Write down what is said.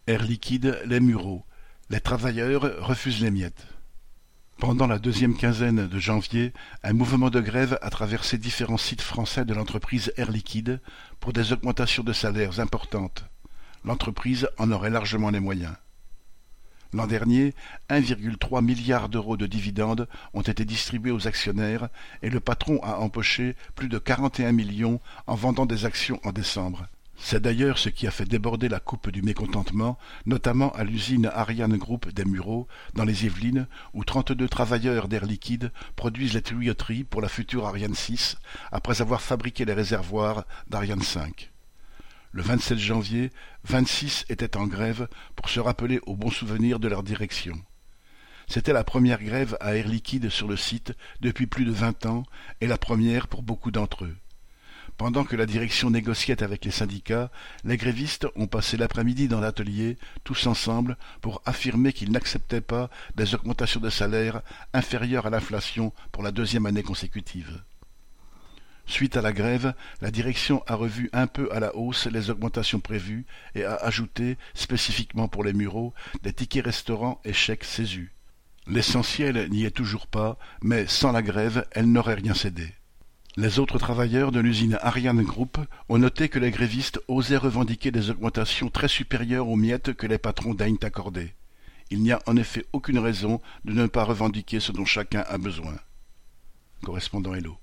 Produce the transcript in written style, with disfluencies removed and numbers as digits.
Air Liquide, les Mureaux. Les travailleurs refusent les miettes. Pendant la deuxième quinzaine de janvier, un mouvement de grève a traversé différents sites français de l'entreprise Air Liquide pour des augmentations de salaires importantes. L'entreprise en aurait largement les moyens. L'an dernier, 1,3 milliard d'euros de dividendes ont été distribués aux actionnaires et le patron a empoché plus de 41 millions en vendant des actions en décembre. C'est d'ailleurs ce qui a fait déborder la coupe du mécontentement, notamment à l'usine Ariane Group des Mureaux, dans les Yvelines, où 32 travailleurs d'Air Liquide produisent les tuyauteries pour la future Ariane 6, après avoir fabriqué les réservoirs d'Ariane 5. Le 27 janvier, 26 étaient en grève pour se rappeler au bon souvenir de leur direction. C'était la première grève à Air Liquide sur le site depuis plus de 20 ans et la première pour beaucoup d'entre eux. Pendant que la direction négociait avec les syndicats, les grévistes ont passé l'après-midi dans l'atelier, tous ensemble, pour affirmer qu'ils n'acceptaient pas des augmentations de salaire inférieures à l'inflation pour la deuxième année consécutive. Suite à la grève, la direction a revu un peu à la hausse les augmentations prévues et a ajouté, spécifiquement pour les Mureaux, des tickets restaurants et chèques CESU. L'essentiel n'y est toujours pas, mais sans la grève, elle n'aurait rien cédé. Les autres travailleurs de l'usine Ariane Group ont noté que les grévistes osaient revendiquer des augmentations très supérieures aux miettes que les patrons daignent accorder. Il n'y a en effet aucune raison de ne pas revendiquer ce dont chacun a besoin. Correspondant Hello.